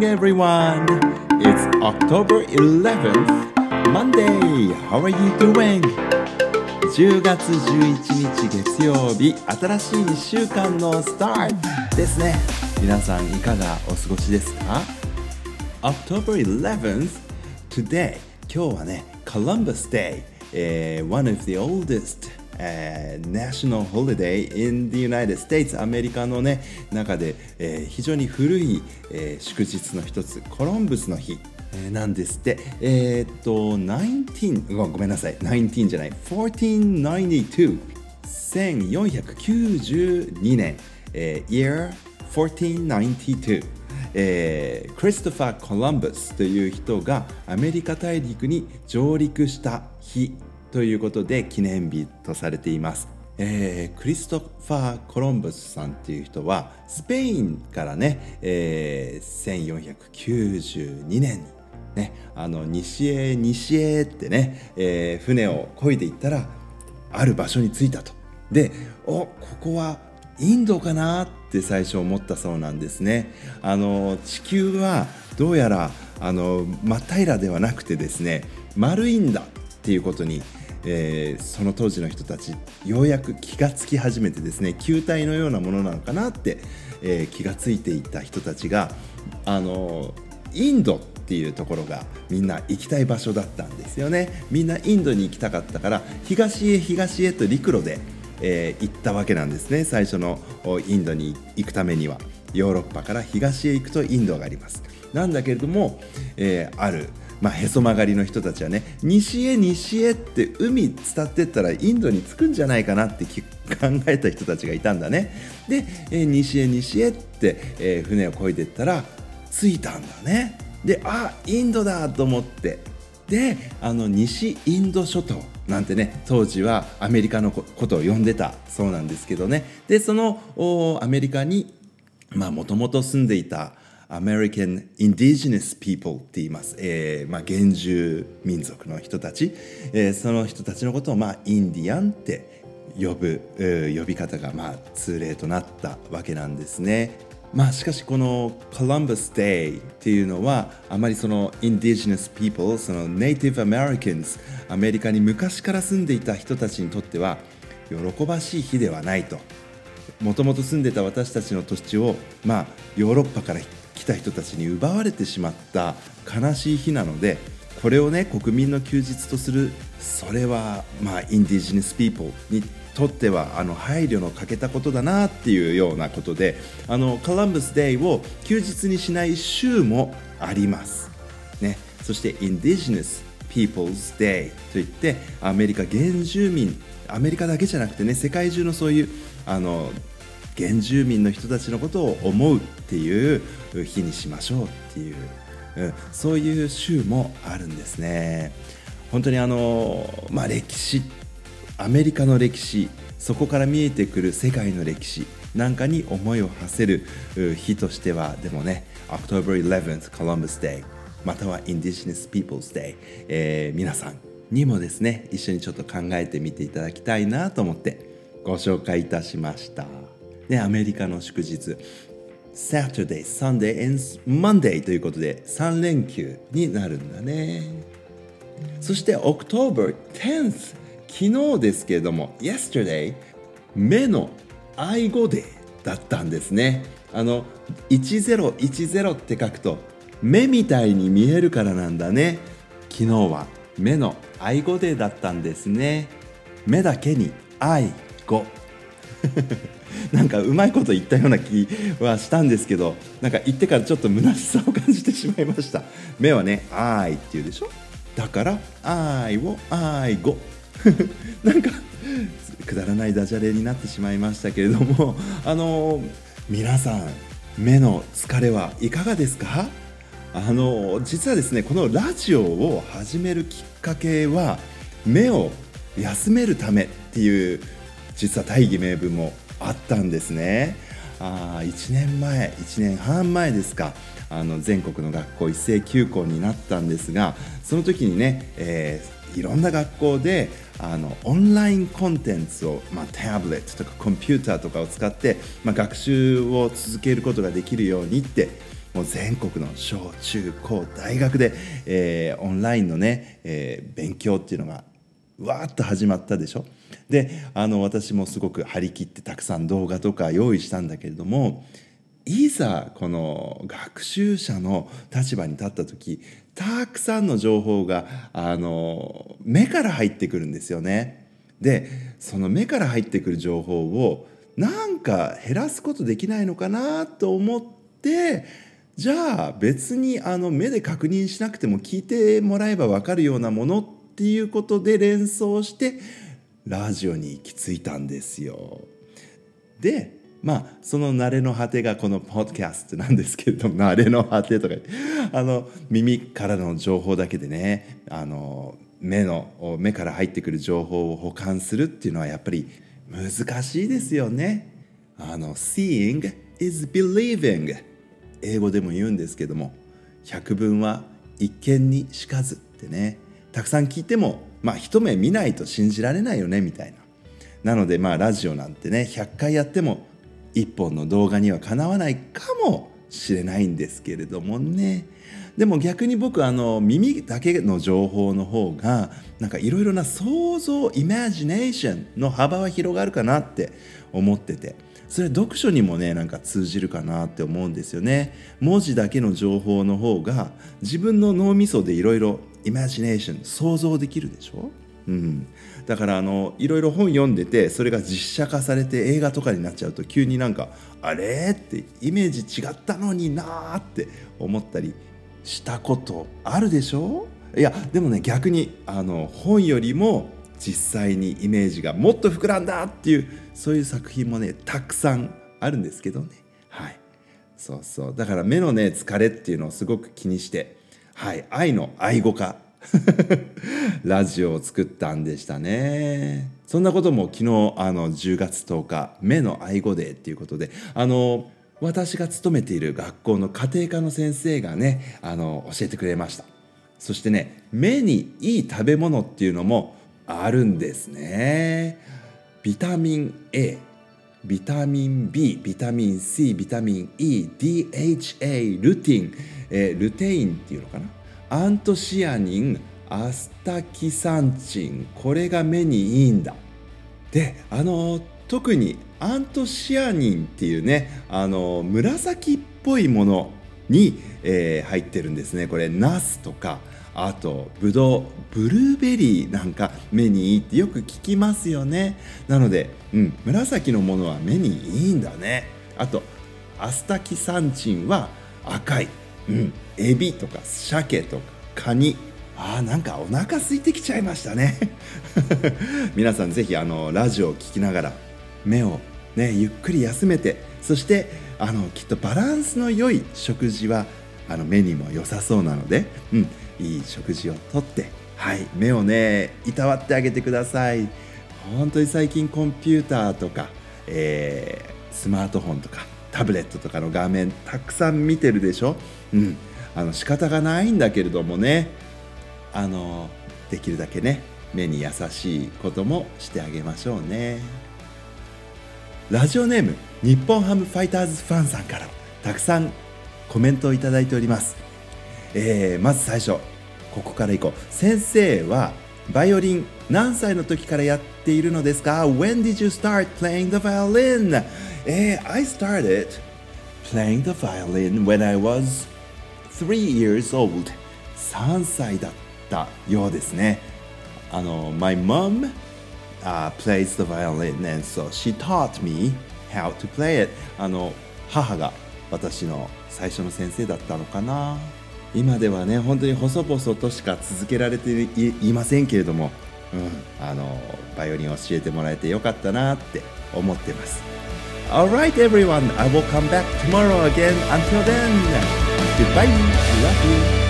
everyone. It's October 11th, Monday. How are you doing? 10月11日月曜日、新しい1週間のスタートですね。皆さんいかがお過ごしですか？ October 11th, today. 今日はね、Columbus Day、one of the oldest、national holiday in the United States アメリカのね中で、非常に古い、祝日の一つコロンブスの日、なんですって。ごめんなさい19じゃない1492 1492年、year 1492、クリストファー・コロンブスという人がアメリカ大陸に上陸した日ということで記念日とされています。クリストファー・コロンブスさんっていう人はスペインからね、1492年にね、西へってね、船を漕いでいったらある場所に着いたと。で、ここはインドかなって最初思ったそうなんですね。地球はどうやら真っ平らではなくてですね、丸いんだっていうことに、その当時の人たちようやく気がつき始めてですね、球体のようなものなのかなって、気がついていた人たちがインドっていうところがみんな行きたい場所だったんですよね。みんなインドに行きたかったから東へと陸路で、行ったわけなんですね。最初のインドに行くためにはヨーロッパから東へ行くとインドがあります。なんだけれども、あるへそ曲がりの人たちはね、西へって海伝ってったらインドに着くんじゃないかなって考えた人たちがいたんだね。で、西へって、船を漕いでったら着いたんだね。で、インドだと思って、で、西インド諸島なんてね、当時はアメリカのことを呼んでたそうなんですけどね。で、そのアメリカにもともと住んでいたAmerican Indigenous People って言います、原住民族の人たち、その人たちのことをインディアンって呼ぶ、呼び方が通例となったわけなんですね。しかしこの Columbus Day っていうのはあまりその Indigenous People、 その Native Americans、 アメリカに昔から住んでいた人たちにとっては喜ばしい日ではないと。もともと住んでた私たちの土地を、ヨーロッパから来た人たちに奪われてしまった悲しい日なので、これをね国民の休日とする、それはIndigenous People にとっては配慮の欠けたことだなっていうようなことで、Columbus Day を休日にしない州もあります、ね。そして Indigenous People's Day といってアメリカ原住民、アメリカだけじゃなくてね、世界中のそういう原住民の人たちのことを思うっていう日にしましょうっていう、そういう州もあるんですね。本当に歴史、アメリカの歴史、そこから見えてくる世界の歴史なんかに思いを馳せる日としては、でもね October 11th Columbus Day または Indigenous Peoples Day、皆さんにもですね一緒にちょっと考えてみていただきたいなと思ってご紹介いたしました。で、アメリカの祝日 Saturday, Sunday and Monday ということで3連休になるんだね。そして October 10th、 昨日ですけれども Yesterday、 目の愛護デーだったんですね。1010って書くと目みたいに見えるからなんだね。昨日は目の愛護デーだったんですね。目だけに愛護なんかうまいこと言ったような気はしたんですけど、なんか言ってからちょっと虚しさを感じてしまいました。目はね、愛って言うでしょ。だから愛を愛護なんかくだらないダジャレになってしまいましたけれども、皆さん目の疲れはいかがですか？実はですね、このラジオを始めるきっかけは目を休めるためっていう実は大義名分もあったんですね。1年半前ですか、全国の学校一斉休校になったんですが、その時にね、いろんな学校でオンラインコンテンツを、タブレットとかコンピューターとかを使って、学習を続けることができるようにってもう全国の小中高大学で、オンラインのね、勉強っていうのがわーっと始まったでしょ。で私もすごく張り切ってたくさん動画とか用意したんだけれども、いざこの学習者の立場に立った時、たくさんの情報が目から入ってくるんですよね。でその目から入ってくる情報をなんか減らすことできないのかなと思って、じゃあ別に目で確認しなくても聞いてもらえば分かるようなものっていうことで連想してラジオに行き着いたんですよ。でその慣れの果てがこのポッドキャストなんですけれども、慣れの果てとか耳からの情報だけでね、目から入ってくる情報を補完するっていうのはやっぱり難しいですよね。Seeing is believing、 英語でも言うんですけども、百聞は一見にしかずってね、たくさん聞いても一目見ないと信じられないよねみたいな。なのでラジオなんてね、100回やっても一本の動画にはかなわないかもしれないんですけれどもね。でも逆に僕耳だけの情報の方がなんかいろいろな想像、イマジネーションの幅は広がるかなって思ってて、それは読書にもねなんか通じるかなって思うんですよね。文字だけの情報の方が自分の脳みそでいろいろイマジネーション、想像できるでしょ。だからいろいろ本読んでて、それが実写化されて映画とかになっちゃうと急になんかあれってイメージ違ったのになーって思ったりしたことあるでしょ。いやでもね、逆に本よりも実際にイメージがもっと膨らんだっていう、そういう作品もねたくさんあるんですけどね。そうだから目のね疲れっていうのをすごく気にして、愛の愛語化ラジオを作ったんでしたね。そんなことも昨日10月10日目の愛語デーっていうことで私が勤めている学校の家庭科の先生がね教えてくれました。そしてね、目にいい食べ物っていうのもあるんですね。ビタミン A、ビタミン B、ビタミン C、ビタミン E、DHA、ルティン、ルテインっていうのかな、アントシアニン、アスタキサンチン、これが目にいいんだ。で特にアントシアニンっていうね紫っぽいものに、入ってるんですね。これナスとか、あとブドウ、ブルーベリーなんか目にいいってよく聞きますよね。なので、紫のものは目にいいんだね。あとアスタキサンチンは赤い、エビとか鮭とかカニ、なんかお腹空いてきちゃいましたね皆さんぜひラジオを聞きながら目をねゆっくり休めて、そしてきっとバランスの良い食事は目にも良さそうなので、いい食事をとって、目をねいたわってあげてください。本当に最近コンピューターとか、スマートフォンとかタブレットとかの画面たくさん見てるでしょ。仕方がないんだけれどもね、できるだけね目に優しいこともしてあげましょうね。ラジオネーム日本ハムファイターズファンさんからたくさんコメントをいただいております。まず最初、ここからいこう。先生はバイオリン何歳の時からやっているのですか？ When did you start playing the violin? I started playing the violin when I was 3 years old. 3歳だったようですね。My mom plays the violin, and so she taught me how to play it. 母が私の最初の先生だったのかな。今ではね本当に細々としか続けられて いませんけれども、バイオリンを教えてもらえてよかったなって思ってます。 Alright everyone, I will come back tomorrow again. Until then, goodbye, love you.